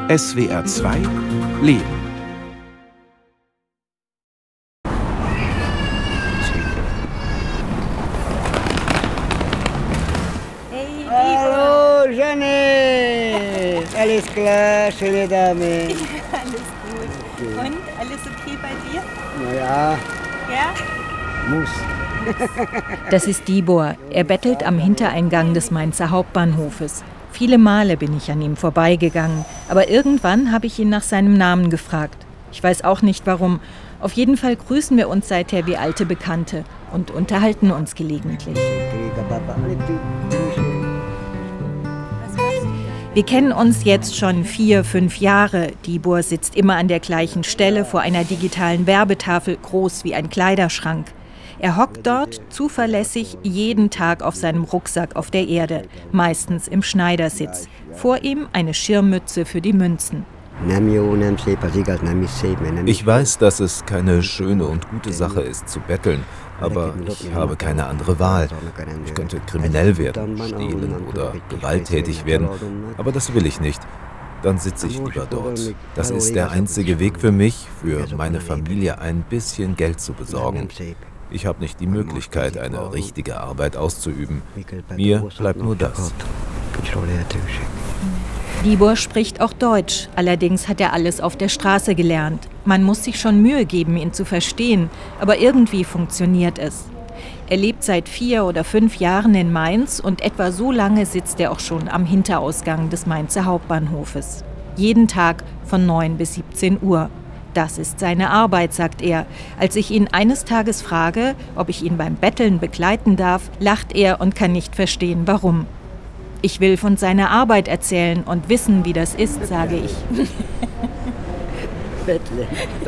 SWR 2 Leben. Hey, Hallo, Janne! Alles klar, schöne Dame. alles gut. Und, alles okay bei dir? Naja, Ja? muss. Das ist Tibor. Er bettelt am Hintereingang des Mainzer Hauptbahnhofes. Viele Male bin ich an ihm vorbeigegangen, aber irgendwann habe ich ihn nach seinem Namen gefragt. Ich weiß auch nicht warum. Auf jeden Fall grüßen wir uns seither wie alte Bekannte und unterhalten uns gelegentlich. Wir kennen uns jetzt schon 4, 5 Jahre. Tibor sitzt immer an der gleichen Stelle vor einer digitalen Werbetafel, groß wie ein Kleiderschrank. Er hockt dort zuverlässig jeden Tag auf seinem Rucksack auf der Erde, meistens im Schneidersitz. Vor ihm eine Schirmmütze für die Münzen. Ich weiß, dass es keine schöne und gute Sache ist, zu betteln, aber ich habe keine andere Wahl. Ich könnte kriminell werden, stehlen oder gewalttätig werden, aber das will ich nicht. Dann sitze ich lieber dort. Das ist der einzige Weg für mich, für meine Familie ein bisschen Geld zu besorgen. Ich habe nicht die Möglichkeit, eine richtige Arbeit auszuüben. Mir bleibt nur das. Tibor spricht auch Deutsch, allerdings hat er alles auf der Straße gelernt. Man muss sich schon Mühe geben, ihn zu verstehen, aber irgendwie funktioniert es. Er lebt seit 4 oder 5 Jahren in Mainz und etwa so lange sitzt er auch schon am Hinterausgang des Mainzer Hauptbahnhofes. Jeden Tag von 9 bis 17 Uhr. Das ist seine Arbeit, sagt er. Als ich ihn eines Tages frage, ob ich ihn beim Betteln begleiten darf, lacht er und kann nicht verstehen, warum. Ich will von seiner Arbeit erzählen und wissen, wie das ist, sage ich. Bettle.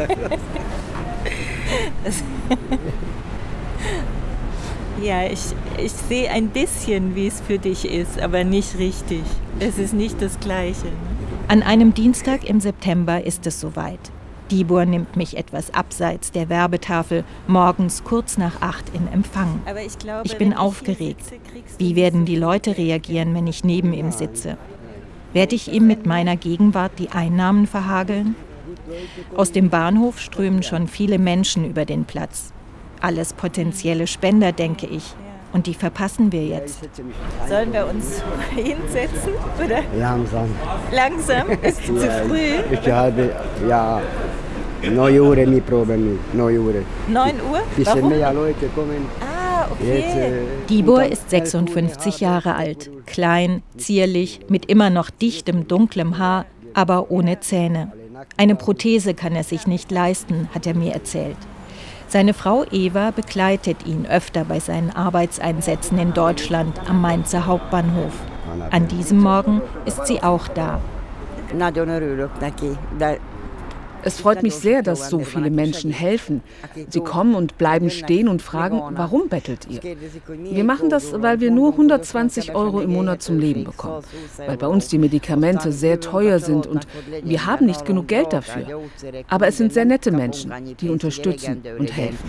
Ja, ich sehe ein bisschen, wie es für dich ist, aber nicht richtig. Es ist nicht das Gleiche. An einem Dienstag im September ist es soweit. Tibor nimmt mich etwas abseits der Werbetafel, morgens kurz nach 8 in Empfang. Aber ich glaube, Ich bin wenn aufgeregt. hier sitze, kriegst du Wie werden die Leute reagieren, wenn ich neben ihm sitze? Werde ich ihm mit meiner Gegenwart die Einnahmen verhageln? Aus dem Bahnhof strömen schon viele Menschen über den Platz. Alles potenzielle Spender, denke ich. Und die verpassen wir jetzt. Sollen wir uns hinsetzen, oder? Langsam. Langsam? Ist es zu früh? Ich habe, ja, 9 Uhr, wir proben nicht. 9 Uhr. 9 Uhr? Bisschen Warum? mehr Leute kommen. Ah, Jetzt, okay. Tibor ist 56 Jahre alt, klein, zierlich, mit immer noch dichtem, dunklem Haar, aber ohne Zähne. Eine Prothese kann er sich nicht leisten, hat er mir erzählt. Seine Frau Eva begleitet ihn öfter bei seinen Arbeitseinsätzen in Deutschland am Mainzer Hauptbahnhof. An diesem Morgen ist sie auch da. Es freut mich sehr, dass so viele Menschen helfen. Sie kommen und bleiben stehen und fragen, warum bettelt ihr? Wir machen das, weil wir nur 120 € im Monat zum Leben bekommen. Weil bei uns die Medikamente sehr teuer sind und wir haben nicht genug Geld dafür. Aber es sind sehr nette Menschen, die unterstützen und helfen.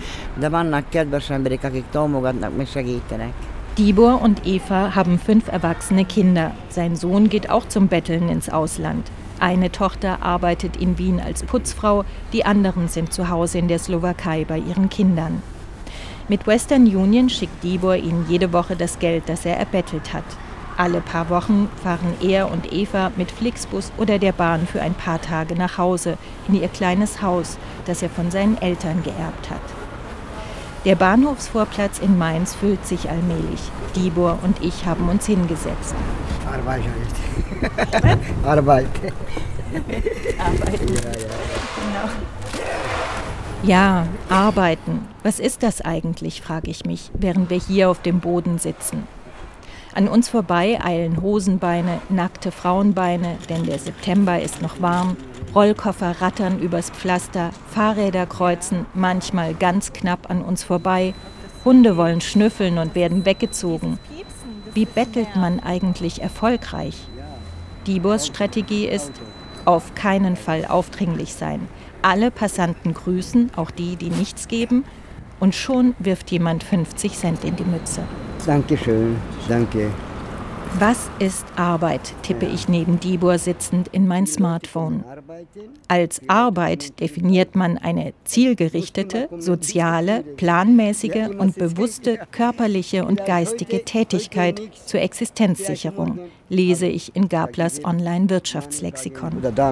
Tibor und Eva haben 5 erwachsene Kinder. Sein Sohn geht auch zum Betteln ins Ausland. Eine Tochter arbeitet in Wien als Putzfrau, die anderen sind zu Hause in der Slowakei bei ihren Kindern. Mit Western Union schickt Tibor ihnen jede Woche das Geld, das er erbettelt hat. Alle paar Wochen fahren er und Eva mit Flixbus oder der Bahn für ein paar Tage nach Hause, in ihr kleines Haus, das er von seinen Eltern geerbt hat. Der Bahnhofsvorplatz in Mainz füllt sich allmählich. Tibor und ich haben uns hingesetzt. Arbeit. Arbeit. Arbeiten. Ja. Genau. Ja, arbeiten. Was ist das eigentlich, frage ich mich, während wir hier auf dem Boden sitzen. An uns vorbei eilen Hosenbeine, nackte Frauenbeine, denn der September ist noch warm. Rollkoffer rattern übers Pflaster, Fahrräder kreuzen, manchmal ganz knapp an uns vorbei. Hunde wollen schnüffeln und werden weggezogen. Wie bettelt man eigentlich erfolgreich? Tibors Strategie ist, auf keinen Fall aufdringlich sein. Alle Passanten grüßen, auch die, die nichts geben. Und schon wirft jemand 50 Cent in die Mütze. Dankeschön, danke. Was ist Arbeit, tippe ich neben Dibor sitzend in mein Smartphone. Als Arbeit definiert man eine zielgerichtete, soziale, planmäßige und bewusste körperliche und geistige Tätigkeit zur Existenzsicherung, lese ich in Gablers Online-Wirtschaftslexikon.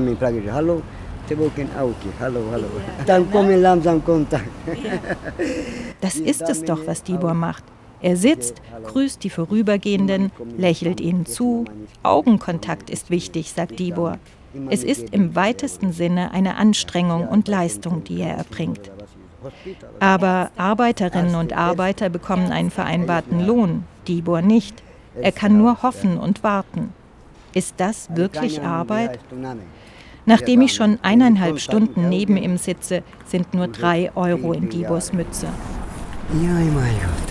Dann kommen langsam Kontakt. Das ist es doch, was Dibor macht. Er sitzt, grüßt die Vorübergehenden, lächelt ihnen zu. Augenkontakt ist wichtig, sagt Dibor. Es ist im weitesten Sinne eine Anstrengung und Leistung, die er erbringt. Aber Arbeiterinnen und Arbeiter bekommen einen vereinbarten Lohn, Dibor nicht. Er kann nur hoffen und warten. Ist das wirklich Arbeit? Nachdem ich schon 1,5 Stunden neben ihm sitze, sind nur 3 Euro in Dibors Mütze. Ja, mein Gott.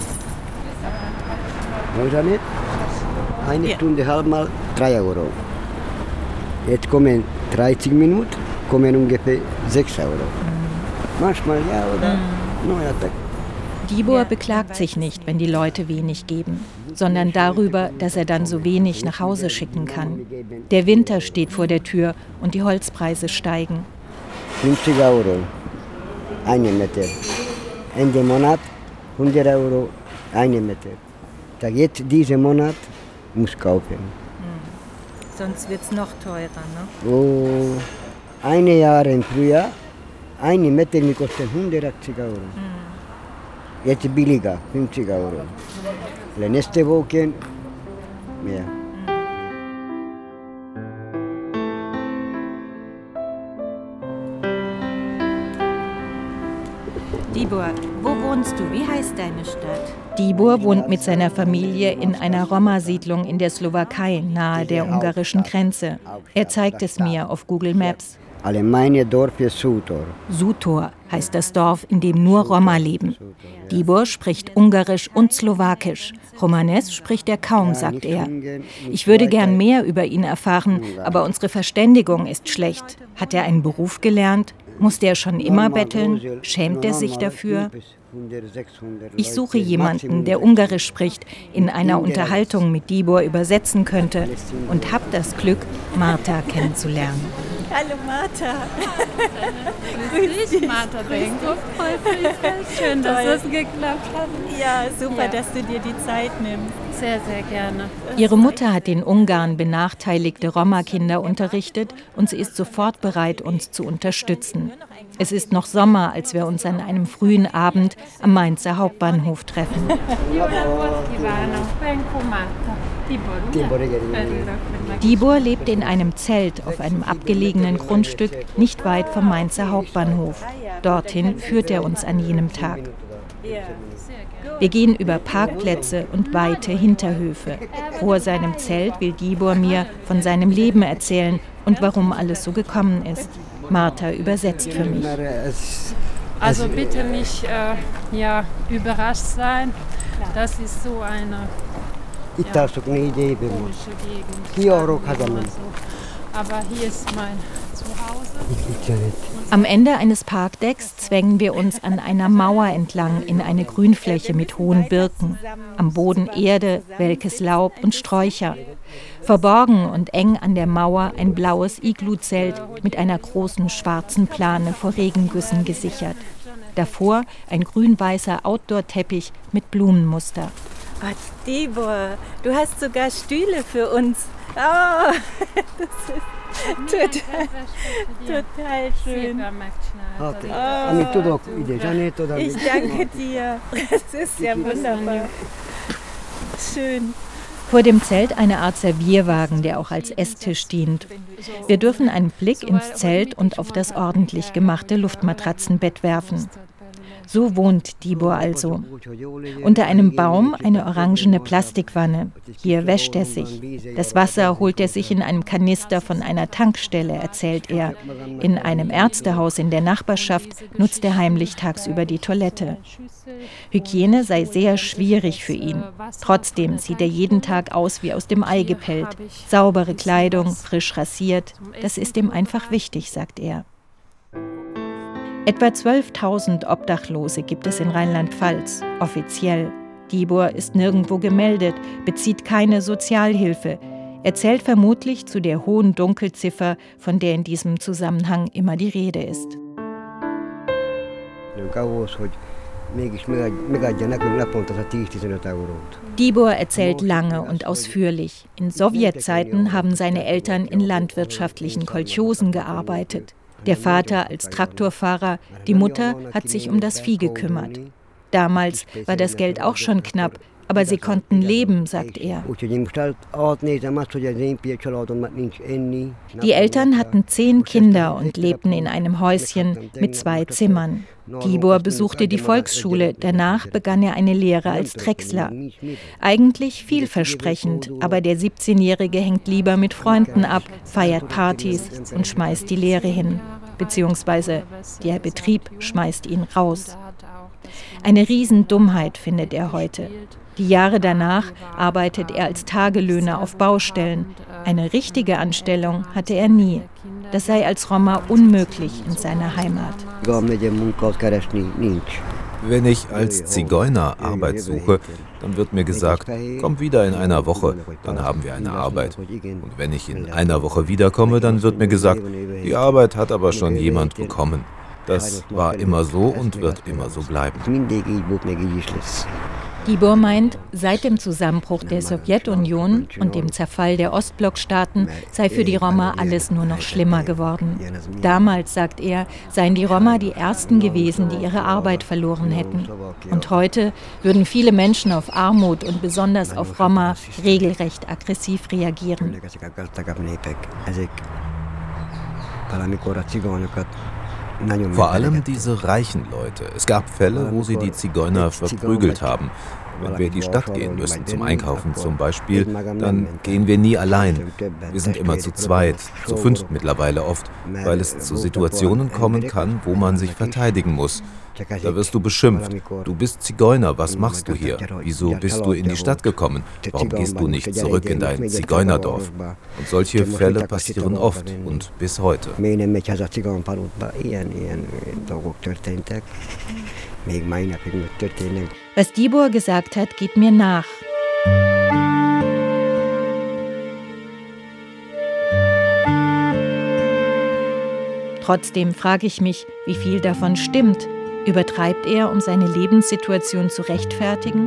Oder nicht? Eine Stunde halbmal 3 Euro. Jetzt kommen 30 Minuten, kommen ungefähr 6 Euro. Manchmal ja oder neuer Tag. Dibor beklagt sich nicht, wenn die Leute wenig geben, sondern darüber, dass er dann so wenig nach Hause schicken kann. Der Winter steht vor der Tür und die Holzpreise steigen. 50 Euro, 1 Meter. Ende Monat 100 Euro, 1 Meter. Da jetzt diesen Monat muss kaufen. Sonst wird es noch teurer, ne? Oh, 1 Jahr im Frühjahr, 1 Meter kostet 180 Euro. Jetzt billiger, 50 Euro. Nächste Woche mehr. Dibor, wo wohnst du? Wie heißt deine Stadt? Dibor wohnt mit seiner Familie in einer Roma-Siedlung in der Slowakei, nahe der ungarischen Grenze. Er zeigt es mir auf Google Maps. Meine Dorf ist Sutor. Sutor heißt das Dorf, in dem nur Roma leben. Dibor spricht Ungarisch und Slowakisch. Romanes spricht er kaum, sagt er. Ich würde gern mehr über ihn erfahren, aber unsere Verständigung ist schlecht. Hat er einen Beruf gelernt? Musste er schon immer betteln? Schämt er sich dafür? Ich suche jemanden, der Ungarisch spricht, in einer Unterhaltung mit Dibor übersetzen könnte und habe das Glück, Marta kennenzulernen. Hallo Marta. Grüß dich, Marta Benko. Schön, dass es geklappt hat. Ja, super, dass du dir die Zeit nimmst. Sehr, sehr gerne. Ihre Mutter hat in Ungarn benachteiligte Roma-Kinder unterrichtet und sie ist sofort bereit, uns zu unterstützen. Es ist noch Sommer, als wir uns an einem frühen Abend am Mainzer Hauptbahnhof treffen. Dibor lebt in einem Zelt auf einem abgelegenen Grundstück nicht weit vom Mainzer Hauptbahnhof. Dorthin führt er uns an jenem Tag. Wir gehen über Parkplätze und weite Hinterhöfe. Vor seinem Zelt will Dibor mir von seinem Leben erzählen und warum alles so gekommen ist. Marta übersetzt für mich. Also bitte nicht überrascht sein. Das ist so eine komische Gegend. Aber hier ist mein Zuhause. Am Ende eines Parkdecks zwängen wir uns an einer Mauer entlang in eine Grünfläche mit hohen Birken. Am Boden Erde, welkes Laub und Sträucher. Verborgen und eng an der Mauer ein blaues Iglu-Zelt mit einer großen schwarzen Plane vor Regengüssen gesichert. Davor ein grün-weißer Outdoor-Teppich mit Blumenmuster. Oh, Dibor, du hast sogar Stühle für uns. Oh, das ist total schön. Ich danke dir. Das ist ja wunderbar. Schön. Vor dem Zelt eine Art Servierwagen, der auch als Esstisch dient. Wir dürfen einen Blick ins Zelt und auf das ordentlich gemachte Luftmatratzenbett werfen. So wohnt Dibor also. Unter einem Baum eine orangene Plastikwanne. Hier wäscht er sich. Das Wasser holt er sich in einem Kanister von einer Tankstelle, erzählt er. In einem Ärztehaus in der Nachbarschaft nutzt er heimlich tagsüber die Toilette. Hygiene sei sehr schwierig für ihn. Trotzdem sieht er jeden Tag aus wie aus dem Ei gepellt. Saubere Kleidung, frisch rasiert. Das ist ihm einfach wichtig, sagt er. Etwa 12.000 Obdachlose gibt es in Rheinland-Pfalz, offiziell. Dibor ist nirgendwo gemeldet, bezieht keine Sozialhilfe. Er zählt vermutlich zu der hohen Dunkelziffer, von der in diesem Zusammenhang immer die Rede ist. Dibor erzählt lange und ausführlich. In Sowjetzeiten haben seine Eltern in landwirtschaftlichen Kolchosen gearbeitet. Der Vater als Traktorfahrer, die Mutter hat sich um das Vieh gekümmert. Damals war das Geld auch schon knapp, aber sie konnten leben, sagt er. Die Eltern hatten 10 Kinder und lebten in einem Häuschen mit 2 Zimmern. Dibor besuchte die Volksschule, danach begann er eine Lehre als Drechsler. Eigentlich vielversprechend, aber der 17-Jährige hängt lieber mit Freunden ab, feiert Partys und schmeißt die Lehre hin. Beziehungsweise der Betrieb schmeißt ihn raus. Eine Riesendummheit findet er heute. Die Jahre danach arbeitet er als Tagelöhner auf Baustellen. Eine richtige Anstellung hatte er nie. Das sei als Roma unmöglich in seiner Heimat. Wenn ich als Zigeuner Arbeit suche, dann wird mir gesagt, komm wieder in einer Woche, dann haben wir eine Arbeit. Und wenn ich in einer Woche wiederkomme, dann wird mir gesagt, die Arbeit hat aber schon jemand bekommen. Das war immer so und wird immer so bleiben. Dibor meint, seit dem Zusammenbruch der Sowjetunion und dem Zerfall der Ostblockstaaten sei für die Roma alles nur noch schlimmer geworden. Damals, sagt er, seien die Roma die Ersten gewesen, die ihre Arbeit verloren hätten. Und heute würden viele Menschen auf Armut und besonders auf Roma regelrecht aggressiv reagieren. Vor allem diese reichen Leute. Es gab Fälle, wo sie die Zigeuner verprügelt haben. Wenn wir in die Stadt gehen müssen, zum Einkaufen zum Beispiel, dann gehen wir nie allein. Wir sind immer zu zweit, zu 5 mittlerweile oft, weil es zu Situationen kommen kann, wo man sich verteidigen muss. Da wirst du beschimpft. Du bist Zigeuner, was machst du hier? Wieso bist du in die Stadt gekommen? Warum gehst du nicht zurück in dein Zigeunerdorf? Und solche Fälle passieren oft und bis heute. Was Dibor gesagt hat, geht mir nach. Trotzdem frage ich mich, wie viel davon stimmt. Übertreibt er, um seine Lebenssituation zu rechtfertigen?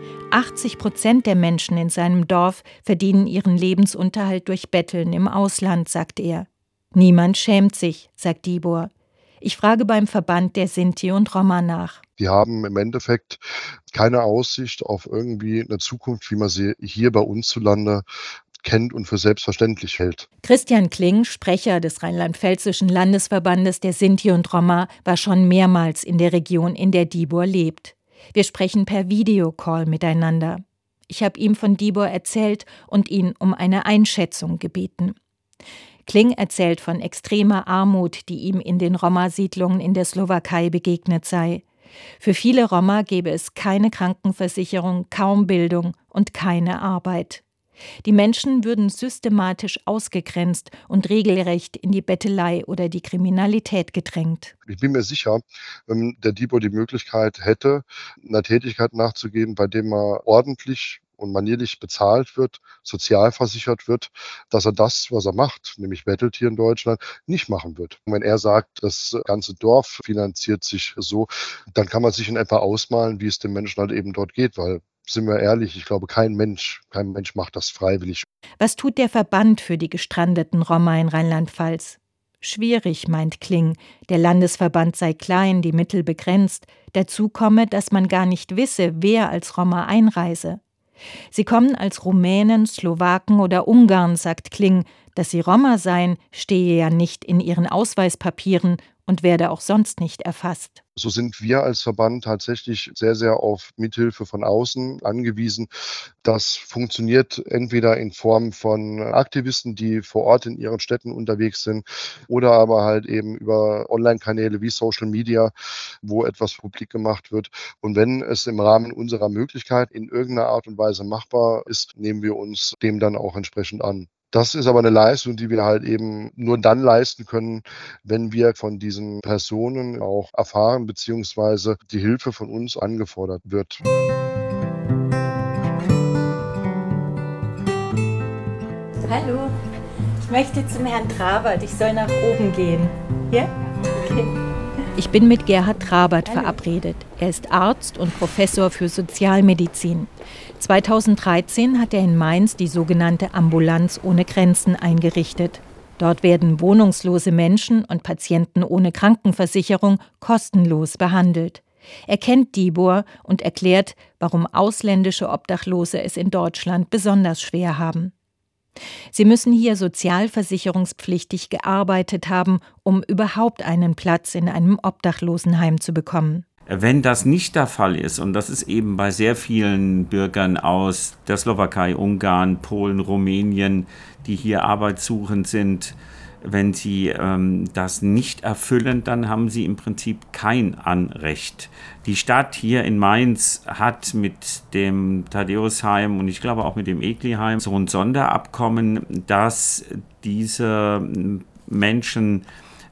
80% der Menschen in seinem Dorf verdienen ihren Lebensunterhalt durch Betteln im Ausland, sagt er. Niemand schämt sich, sagt Dibor. Ich frage beim Verband der Sinti und Roma nach. Die haben im Endeffekt keine Aussicht auf irgendwie eine Zukunft, wie man sie hier bei uns zu Lande kennt und für selbstverständlich hält. Christian Kling, Sprecher des Rheinland-Pfälzischen Landesverbandes der Sinti und Roma, war schon mehrmals in der Region, in der Dibor lebt. Wir sprechen per Videocall miteinander. Ich habe ihm von Dibor erzählt und ihn um eine Einschätzung gebeten. Kling erzählt von extremer Armut, die ihm in den Roma-Siedlungen in der Slowakei begegnet sei. Für viele Roma gäbe es keine Krankenversicherung, kaum Bildung und keine Arbeit. Die Menschen würden systematisch ausgegrenzt und regelrecht in die Bettelei oder die Kriminalität gedrängt. Ich bin mir sicher, wenn der Dibor die Möglichkeit hätte, einer Tätigkeit nachzugehen, bei dem er ordentlich und manierlich bezahlt wird, sozialversichert wird, dass er das, was er macht, nämlich bettelt hier in Deutschland, nicht machen wird. Und wenn er sagt, das ganze Dorf finanziert sich so, dann kann man sich in etwa ausmalen, wie es den Menschen halt eben dort geht, weil, sind wir ehrlich, ich glaube, kein Mensch macht das freiwillig. Was tut der Verband für die gestrandeten Roma in Rheinland-Pfalz? Schwierig, meint Kling. Der Landesverband sei klein, die Mittel begrenzt. Dazu komme, dass man gar nicht wisse, wer als Roma einreise. Sie kommen als Rumänen, Slowaken oder Ungarn, sagt Kling. Dass sie Roma seien, stehe ja nicht in ihren Ausweispapieren und werde auch sonst nicht erfasst. So sind wir als Verband tatsächlich sehr, sehr auf Mithilfe von außen angewiesen. Das funktioniert entweder in Form von Aktivisten, die vor Ort in ihren Städten unterwegs sind, oder aber halt eben über Online-Kanäle wie Social Media, wo etwas publik gemacht wird. Und wenn es im Rahmen unserer Möglichkeit in irgendeiner Art und Weise machbar ist, nehmen wir uns dem dann auch entsprechend an. Das ist aber eine Leistung, die wir halt eben nur dann leisten können, wenn wir von diesen Personen auch erfahren, beziehungsweise die Hilfe von uns angefordert wird. Hallo, ich möchte zum Herrn Trabert. Ich soll nach oben gehen. Ja? Okay. Ich bin mit Gerhard Trabert verabredet. Er ist Arzt und Professor für Sozialmedizin. 2013 hat er in Mainz die sogenannte Ambulanz ohne Grenzen eingerichtet. Dort werden wohnungslose Menschen und Patienten ohne Krankenversicherung kostenlos behandelt. Er kennt Dibor und erklärt, warum ausländische Obdachlose es in Deutschland besonders schwer haben. Sie müssen hier sozialversicherungspflichtig gearbeitet haben, um überhaupt einen Platz in einem Obdachlosenheim zu bekommen. Wenn das nicht der Fall ist, und das ist eben bei sehr vielen Bürgern aus der Slowakei, Ungarn, Polen, Rumänien, die hier arbeitssuchend sind, wenn sie das nicht erfüllen, dann haben sie im Prinzip kein Anrecht. Die Stadt hier in Mainz hat mit dem Thaddäusheim und ich glaube auch mit dem Egli-Heim so ein Sonderabkommen, dass diese Menschen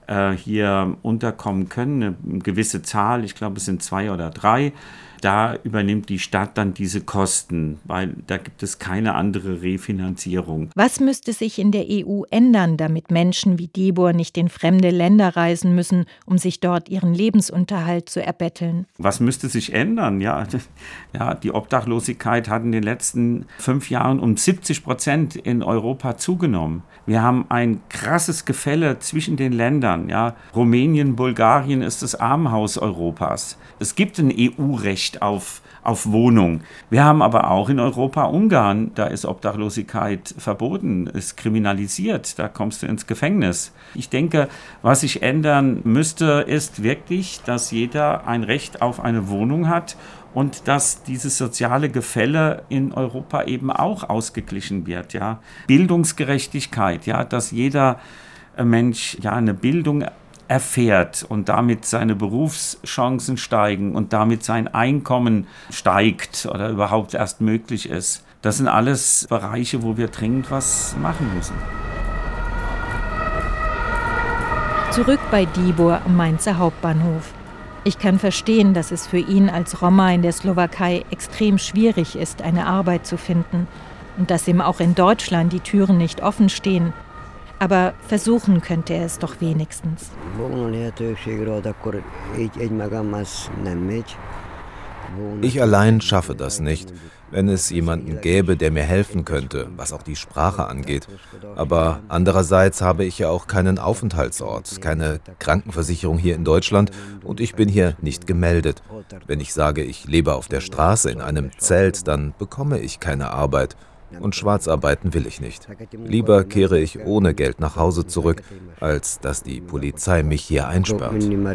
hier unterkommen können, eine gewisse Zahl, ich glaube es sind 2 oder 3. Da übernimmt die Stadt dann diese Kosten, weil da gibt es keine andere Refinanzierung. Was müsste sich in der EU ändern, damit Menschen wie Dibor nicht in fremde Länder reisen müssen, um sich dort ihren Lebensunterhalt zu erbetteln? Was müsste sich ändern? Ja, die Obdachlosigkeit hat in den letzten 5 Jahren um 70% in Europa zugenommen. Wir haben ein krasses Gefälle zwischen den Ländern. Ja. Rumänien, Bulgarien ist das Armenhaus Europas. Es gibt ein EU-Recht auf Wohnung. Wir haben aber auch in Europa Ungarn, da ist Obdachlosigkeit verboten, ist kriminalisiert, da kommst du ins Gefängnis. Ich denke, was sich ändern müsste, ist wirklich, dass jeder ein Recht auf eine Wohnung hat und dass dieses soziale Gefälle in Europa eben auch ausgeglichen wird. Ja. Bildungsgerechtigkeit, ja, dass jeder Mensch eine Bildung erfährt und damit seine Berufschancen steigen und damit sein Einkommen steigt oder überhaupt erst möglich ist. Das sind alles Bereiche, wo wir dringend was machen müssen. Zurück bei Dibor am Mainzer Hauptbahnhof. Ich kann verstehen, dass es für ihn als Roma in der Slowakei extrem schwierig ist, eine Arbeit zu finden und dass ihm auch in Deutschland die Türen nicht offen stehen. Aber versuchen könnte er es doch wenigstens. Ich allein schaffe das nicht. Wenn es jemanden gäbe, der mir helfen könnte, was auch die Sprache angeht. Aber andererseits habe ich ja auch keinen Aufenthaltsort, keine Krankenversicherung hier in Deutschland und ich bin hier nicht gemeldet. Wenn ich sage, ich lebe auf der Straße in einem Zelt, dann bekomme ich keine Arbeit. Und schwarz arbeiten will ich nicht. Lieber kehre ich ohne Geld nach Hause zurück, als dass die Polizei mich hier einsperrt.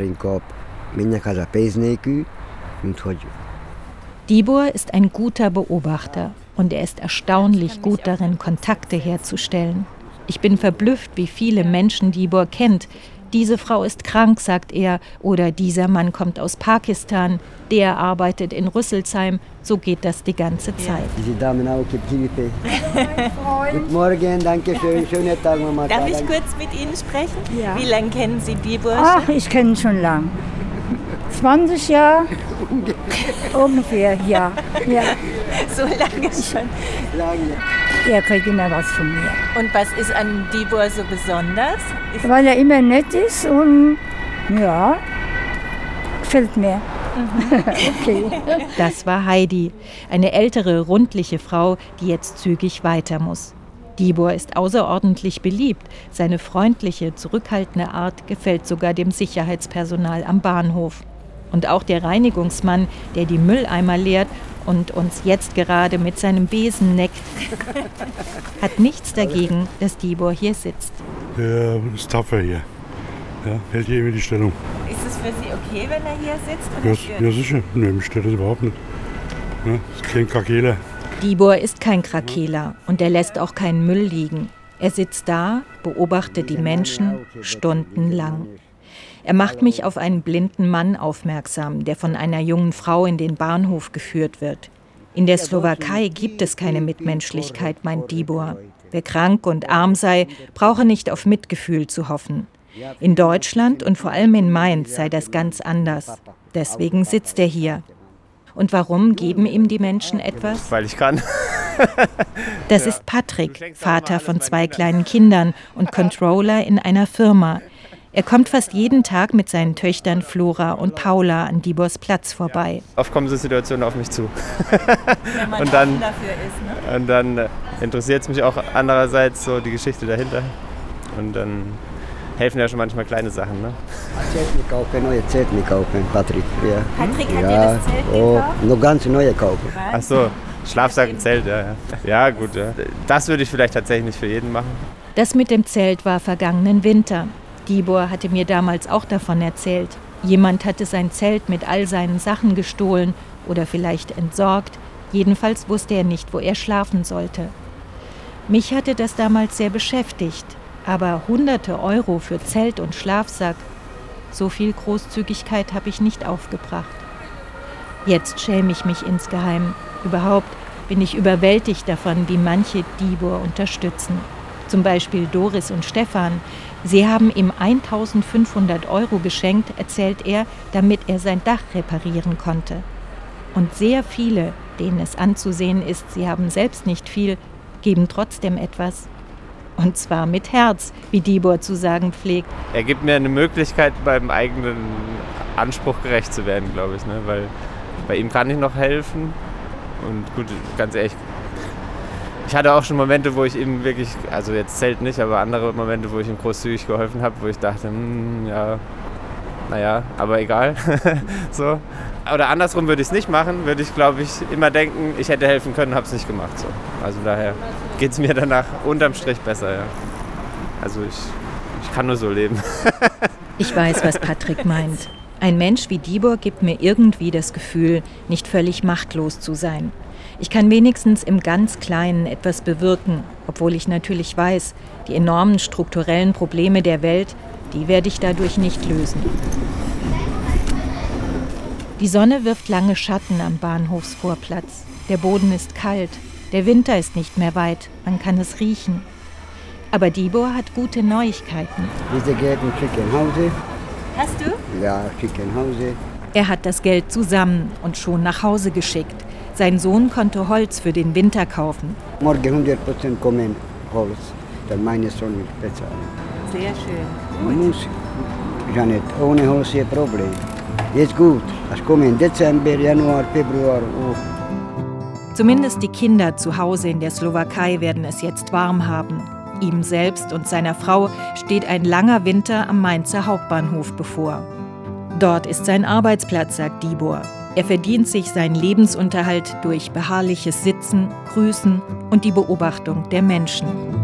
Dibor ist ein guter Beobachter und er ist erstaunlich gut darin, Kontakte herzustellen. Ich bin verblüfft, wie viele Menschen Dibor kennt. Diese Frau ist krank, sagt er, oder dieser Mann kommt aus Pakistan, der arbeitet in Rüsselsheim. So geht das die ganze Zeit. Diese Damen auch, Hilfe. Guten Morgen, danke schön, schönen Tag, Mama. Darf ich kurz mit Ihnen sprechen? Ja. Wie lange kennen Sie Dibor? Ach, ich kenne ihn schon lang. 20 Jahre ungefähr, ja. So lange schon. Er kriegt immer was von mir. Und was ist an Dibor so besonders? Weil er immer nett ist und ja, gefällt mir. Okay. Das war Heidi, eine ältere, rundliche Frau, die jetzt zügig weiter muss. Dibor ist außerordentlich beliebt. Seine freundliche, zurückhaltende Art gefällt sogar dem Sicherheitspersonal am Bahnhof. Und auch der Reinigungsmann, der die Mülleimer leert und uns jetzt gerade mit seinem Besen neckt, hat nichts dagegen, dass Dibor hier sitzt. Der ist tapfer hier. Ja, hält hier immer die Stellung. Ist es für Sie okay, wenn er hier sitzt? Ja, sicher. Nee, mich stört das überhaupt nicht. Ja, ist kein Krakeler. Dibor ist kein Krakeler und er lässt auch keinen Müll liegen. Er sitzt da, beobachtet die Menschen stundenlang. Er macht mich auf einen blinden Mann aufmerksam, der von einer jungen Frau in den Bahnhof geführt wird. In der Slowakei gibt es keine Mitmenschlichkeit, meint Dibor. Wer krank und arm sei, brauche nicht auf Mitgefühl zu hoffen. In Deutschland und vor allem in Mainz sei das ganz anders. Deswegen sitzt er hier. Und warum geben ihm die Menschen etwas? Weil ich kann. Das ist Patrick, Vater von 2 kleinen Kindern und Controller in einer Firma. Er kommt fast jeden Tag mit seinen Töchtern Flora und Paula an Dibors Platz vorbei. Oft kommen so Situationen auf mich zu. Wenn man offen dafür ist, ne? Und dann interessiert es mich auch andererseits so die Geschichte dahinter. Und dann helfen ja schon manchmal kleine Sachen. Ne? Zelt kaufen, neue Zelt kaufen, Patrick. Ja. Patrick hat dir das Zelt gekauft? Noch ganz neue kaufen. Ach so, Schlafsack und Zelt, ja. Ja gut, ja. Das würde ich vielleicht tatsächlich nicht für jeden machen. Das mit dem Zelt war vergangenen Winter. Dibor hatte mir damals auch davon erzählt. Jemand hatte sein Zelt mit all seinen Sachen gestohlen oder vielleicht entsorgt. Jedenfalls wusste er nicht, wo er schlafen sollte. Mich hatte das damals sehr beschäftigt. Aber hunderte Euro für Zelt und Schlafsack, so viel Großzügigkeit habe ich nicht aufgebracht. Jetzt schäme ich mich insgeheim. Überhaupt bin ich überwältigt davon, wie manche Dibor unterstützen. Zum Beispiel Doris und Stefan. Sie haben ihm 1.500 Euro geschenkt, erzählt er, damit er sein Dach reparieren konnte. Und sehr viele, denen es anzusehen ist, sie haben selbst nicht viel, geben trotzdem etwas. Und zwar mit Herz, wie Dibor zu sagen pflegt. Er gibt mir eine Möglichkeit, beim eigenen Anspruch gerecht zu werden, glaube ich. Ne? Weil bei ihm kann ich noch helfen. Und gut, ganz ehrlich, ich hatte auch schon Momente, wo ich ihm wirklich, also jetzt Zelt nicht, aber andere Momente, wo ich ihm großzügig geholfen habe, wo ich dachte, ja, naja, aber egal. So. Oder andersrum würde ich es nicht machen, würde ich, glaube ich, immer denken, ich hätte helfen können, habe es nicht gemacht. So. Also daher geht es mir danach unterm Strich besser, ja. Also ich kann nur so leben. Ich weiß, was Patrick meint. Ein Mensch wie Dibor gibt mir irgendwie das Gefühl, nicht völlig machtlos zu sein. Ich kann wenigstens im ganz Kleinen etwas bewirken, obwohl ich natürlich weiß, die enormen strukturellen Probleme der Welt, die werde ich dadurch nicht lösen. Die Sonne wirft lange Schatten am Bahnhofsvorplatz. Der Boden ist kalt, der Winter ist nicht mehr weit, man kann es riechen. Aber Dibor hat gute Neuigkeiten. Diese Geld schicken Hause. Hast du? Ja, schicken Hause. Er hat das Geld zusammen und schon nach Hause geschickt. Sein Sohn konnte Holz für den Winter kaufen. Morgen 100% kommen Holz, dann meine Sohn wird bezahlen. Sehr schön. Muss, Janet, ohne Holz ist Problem. Jetzt gut, es kommen Dezember, Januar, Februar. Oh. Zumindest die Kinder zu Hause in der Slowakei werden es jetzt warm haben. Ihm selbst und seiner Frau steht ein langer Winter am Mainzer Hauptbahnhof bevor. Dort ist sein Arbeitsplatz, sagt Dibor. Er verdient sich seinen Lebensunterhalt durch beharrliches Sitzen, Grüßen und die Beobachtung der Menschen.